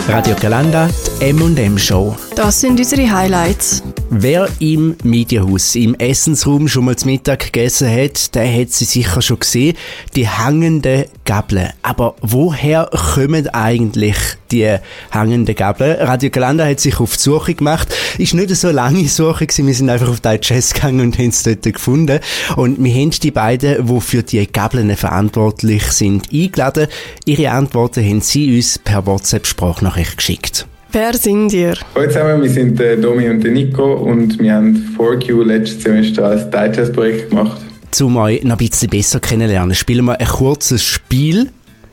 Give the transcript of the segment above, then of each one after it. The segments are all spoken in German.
Radio Galanda, die M&M Show. Das sind unsere Highlights. Wer im Medienhaus, im Essensraum schon mal zu Mittag gegessen hat, der hat sie sicher schon gesehen. Die hängenden Gabeln. Aber woher kommen eigentlich die hängenden Gabeln? Radio Galanda hat sich auf die Suche gemacht. Ist nicht so eine lange Suche gewesen. Wir sind einfach auf die Jazz gegangen und haben es dort gefunden. Und wir haben die beiden, die für die Gabeln verantwortlich sind, eingeladen. Ihre Antworten haben sie uns per WhatsApp-Sprachnachricht geschickt. Wer sind ihr? Hallo zusammen, wir sind Domi und Nico und wir haben 4Q letztes Semester als Digest-Projekt gemacht. Um euch noch ein bisschen besser kennenlernen, spielen wir ein kurzes Spiel.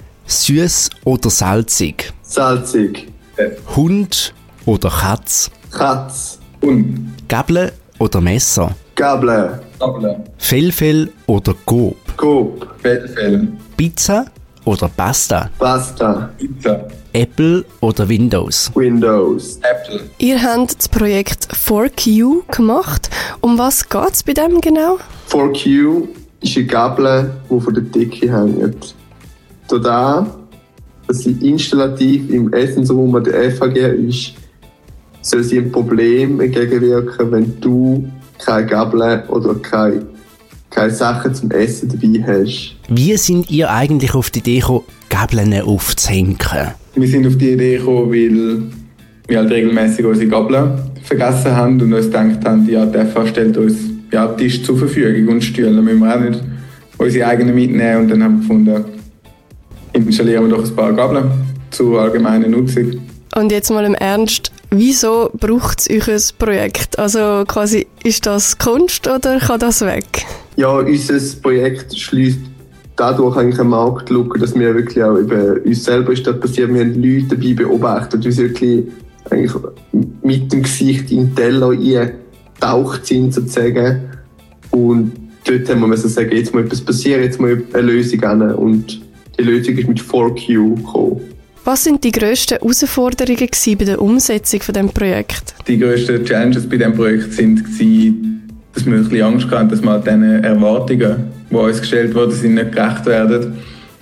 Süß oder salzig? Salzig. Hund oder Katz? Katz. Hund. Gabel oder Messer? Gabel. Gabel. Felfel oder Gob? Gob. Felfel. Pizza oder Pasta? Pasta. Pizza. Apple oder Windows? Windows. Apple. Ihr habt das Projekt 4Q gemacht. Um was geht es bei dem genau? 4Q ist eine Gabel, die von der Decke hängt. Dadurch, dass sie installativ im Essensraum an der FAG ist, soll sie ein Problem entgegenwirken, wenn du keine Gabel oder keine Sachen zum Essen dabei hast. Wie sind ihr eigentlich auf die Idee gekommen, Gabeln aufzuhängen? Wir sind auf die Idee gekommen, weil wir halt regelmäßig unsere Gabeln vergessen haben und uns gedacht haben, ja, die FH stellt uns Tisch zur Verfügung und Stühle. Dann müssen wir auch nicht unsere eigenen mitnehmen. Und dann haben wir gefunden, installieren wir doch ein paar Gabeln zur allgemeinen Nutzung. Und jetzt mal im Ernst, wieso braucht es euch ein Projekt? Also quasi, ist das Kunst oder kann das weg? Ja, unser Projekt schließt dadurch eigentlich eine Marktlücke, dass wir wirklich auch eben uns selber ist das passiert, wir haben Leute dabei beobachtet, die wirklich eigentlich mit dem Gesicht in den Teller eingetaucht sind sozusagen. Und dort haben wir sagen, jetzt muss etwas passieren, jetzt muss eine Lösung hin. Und die Lösung ist mit 4Q gekommen. Was sind die grössten Herausforderungen bei der Umsetzung von diesem Projekt? Die grössten Challenges bei diesem Projekt waren, dass wir ein bisschen Angst hatten, dass wir diesen Erwartungen, die uns gestellt wurden, sind, nicht gerecht werden.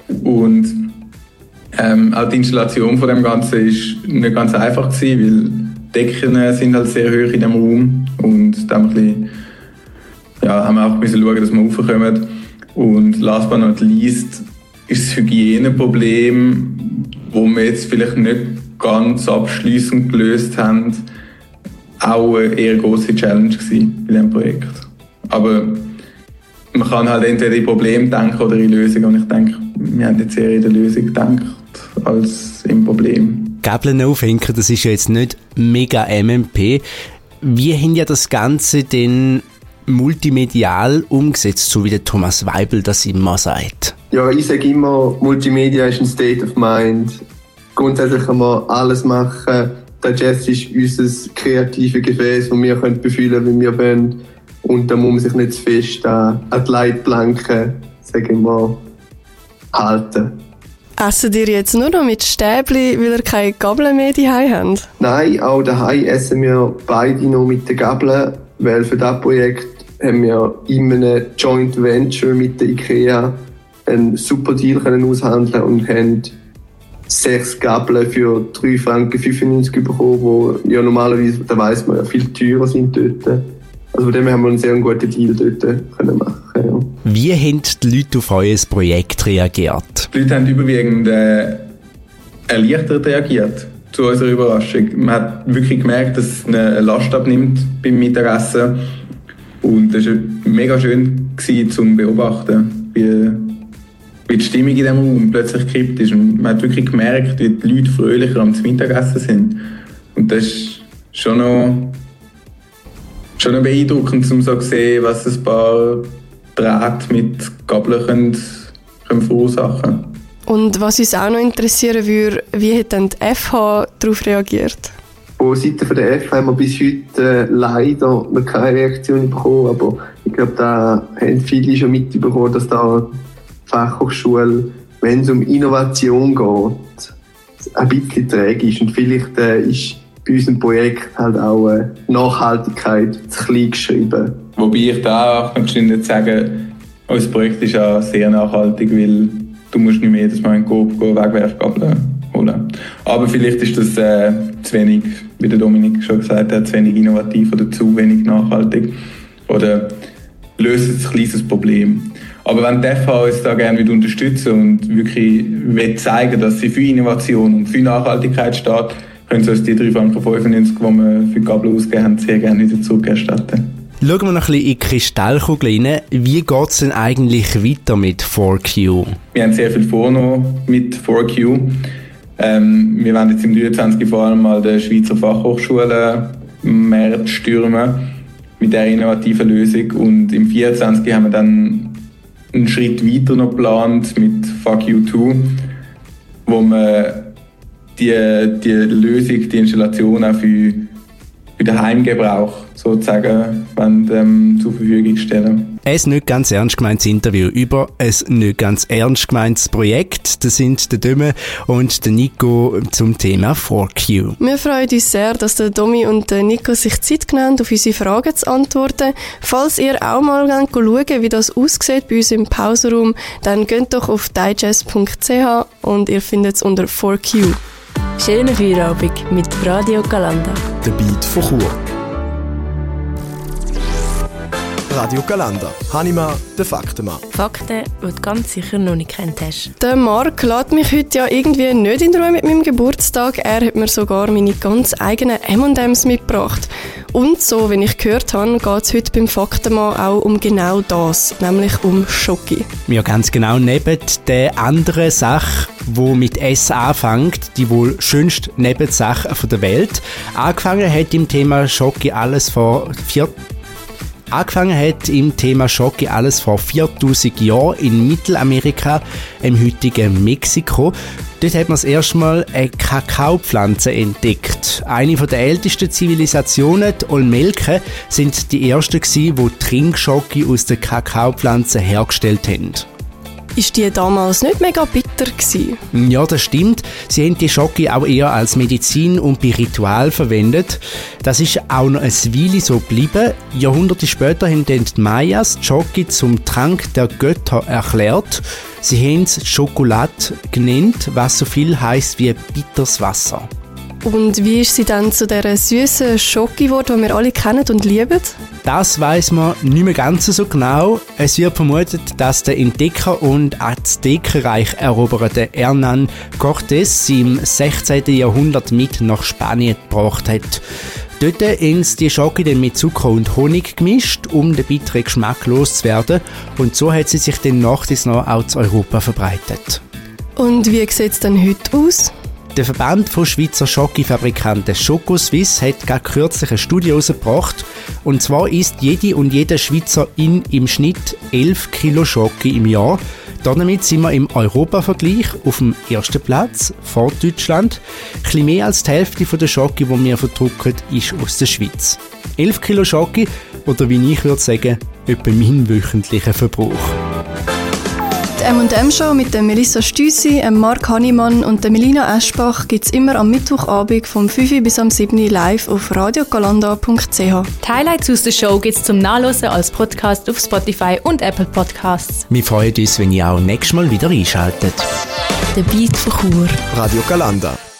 Und auch die Installation von dem Ganzen war nicht ganz einfach gewesen, weil die Decken sind halt sehr hoch in diesem Raum. Und da haben wir auch schauen, dass wir raufkommen. Und last but not least ist das Hygieneproblem, das wir jetzt vielleicht nicht ganz abschliessend gelöst haben, auch eine eher grosse Challenge gewesen bei diesem Projekt. Aber man kann halt entweder in Probleme denken oder in Lösungen. Und ich denke, wir haben jetzt eher in der Lösung gedacht als im Problem. Gabeln aufhängen, das ist ja jetzt nicht mega MMP. Wie haben ja das Ganze denn multimedial umgesetzt, so wie der Thomas Weibel das immer sagt? Ja, ich sage immer, Multimedia ist ein State of Mind. Grundsätzlich kann man alles machen. Der Jazz ist unser kreatives Gefäß, das wir befüllen können, wie wir wollen. Und da muss man sich nicht zu fest an die Leitplanken, sage ich mal, halten. Essen ihr jetzt nur noch mit Stäbli, weil ihr keine Gabeln mehr daheim habt? Nein, auch daheim essen wir beide noch mit den Gabeln, weil für dieses Projekt haben wir in einem Joint Venture mit der IKEA einen super Deal aushandeln und haben 6 Gabeln für 3,95 Franken bekommen, wo ja normalerweise, da weiss man ja, viel teurer sind dort. Also von dem haben wir einen sehr guten Deal dort können machen. Ja. Wie haben die Leute auf euer Projekt reagiert? Die Leute haben überwiegend erleichtert reagiert, zu unserer Überraschung. Man hat wirklich gemerkt, dass es eine Last abnimmt beim Mittagessen. Und es war mega schön zu beobachten, wie die Stimmung in diesem Raum plötzlich gekippt ist. Und man hat wirklich gemerkt, wie die Leute fröhlicher am Mittagessen sind. Und das ist schon noch beeindruckend, um so zu sehen, was ein paar Drähte mit Gabeln können verursachen können. Und was uns auch noch interessieren würde, wie hat denn die FH darauf reagiert? Von Seiten der FH haben wir bis heute leider noch keine Reaktion bekommen, aber ich glaube, da haben viele schon mitbekommen, dass da Fachhochschule, wenn es um Innovation geht, ein bisschen träge ist. Und vielleicht ist bei unserem Projekt halt auch Nachhaltigkeit zu klein geschrieben. Wobei ich da auch nicht sagen, unser Projekt ist ja sehr nachhaltig, weil du musst nicht mehr jedes Mal in Coop Wegwerfgabeln holen. Aber vielleicht ist das zu wenig, wie der Dominik schon gesagt hat, zu wenig innovativ oder zu wenig nachhaltig. Oder löst ein kleines Problem. Aber wenn die FH uns da gerne unterstützen und wirklich zeigen, dass sie für Innovation und für Nachhaltigkeit steht, können sie uns die 3,95 Franken, die wir für die Gabel ausgegeben haben, sehr gerne wieder zurückerstatten. Schauen wir noch ein bisschen in die Kristallkugel rein. Wie geht es denn eigentlich weiter mit 4Q? Wir haben sehr viel vor mit 4Q. Wir werden jetzt im 23. vor allem mal die Schweizer Fachhochschulen stürmen mit dieser innovativen Lösung. Und im 24. haben wir dann einen Schritt weiter noch geplant mit Fuck You 2, wo wir die Lösung, die Installation auch für den Heimgebrauch sozusagen zur Verfügung stellen. Ein nicht ganz ernst gemeintes Interview über ein nicht ganz ernst gemeintes Projekt. Das sind der Döme und der Nico zum Thema 4Q. Wir freuen uns sehr, dass der Domi und der Nico sich Zeit genommen haben, auf unsere Fragen zu antworten. Falls ihr auch mal schauen, wie das aussieht bei uns im Pausenraum, dann geht doch auf digest.ch und ihr findet es unter 4Q. Schönen Feierabend mit Radio Galanda. Der Beat von Chur. Radio Galanda. Hanima, der Faktenmann. Fakten, die du ganz sicher noch nicht kennt hast. Der Marc lässt mich heute ja irgendwie nicht in Ruhe mit meinem Geburtstag. Er hat mir sogar meine ganz eigenen M&M's mitgebracht. Und so, wie ich gehört habe, geht es heute beim Faktenmann auch um genau das, nämlich um Schoki. Ja, ganz genau. Neben der anderen Sache, die mit S anfängt, die wohl schönste Nebensache der Welt, angefangen hat im Thema Schoki alles vor 4000 Jahren in Mittelamerika, im heutigen Mexiko. Dort hat man das erste Mal eine Kakaopflanze entdeckt. Eine der ältesten Zivilisationen, die Olmeken, sind die ersten gewesen, die Trinkschoki aus der Kakaopflanze hergestellt haben. Ist die damals nicht mega bitter gewesen? Ja, das stimmt. Sie haben die Schoki auch eher als Medizin und bei Ritual verwendet. Das ist auch noch eine Weile so geblieben. Jahrhunderte später haben dann die Mayas die Schoki zum Trank der Götter erklärt. Sie haben es Schokolade genannt, was so viel heisst wie bitteres Wasser. Und wie ist sie dann zu dieser süßen Schoki geworden, die wir alle kennen und lieben? Das weiss man nicht mehr ganz so genau. Es wird vermutet, dass der Entdecker und Aztekenreich eroberte Hernán Cortés sie im 16. Jahrhundert mit nach Spanien gebracht hat. Dort haben sie die Schoki dann mit Zucker und Honig gemischt, um den bitteren Geschmack loszuwerden. Und so hat sie sich dann nach und nach auch zu Europa verbreitet. Und wie sieht es denn heute aus? Der Verband von Schweizer Schokifabrikanten Schokoswiss hat gerade kürzlich eine Studie herausgebracht. Und zwar isst jede und jeder Schweizer im Schnitt 11 Kilo Schoki im Jahr. Damit sind wir im Europa-Vergleich auf dem ersten Platz vor Deutschland. Ein bisschen mehr als die Hälfte der Schoki, die wir verdrucken, ist aus der Schweiz. 11 Kilo Schoki, oder wie ich würde sagen, etwa mein wöchentlicher Verbrauch. Die M&M-Show mit der Melissa Stüssi, Marc Hannemann und der Melina Eschbach gibt es immer am Mittwochabend vom 5 bis am 7 live auf radiogalanda.ch. Die Highlights aus der Show gibt es zum Nachhören als Podcast auf Spotify und Apple Podcasts. Wir freuen uns, wenn ihr auch nächstes Mal wieder einschaltet. Der Beat von Chur. Radio Galanda.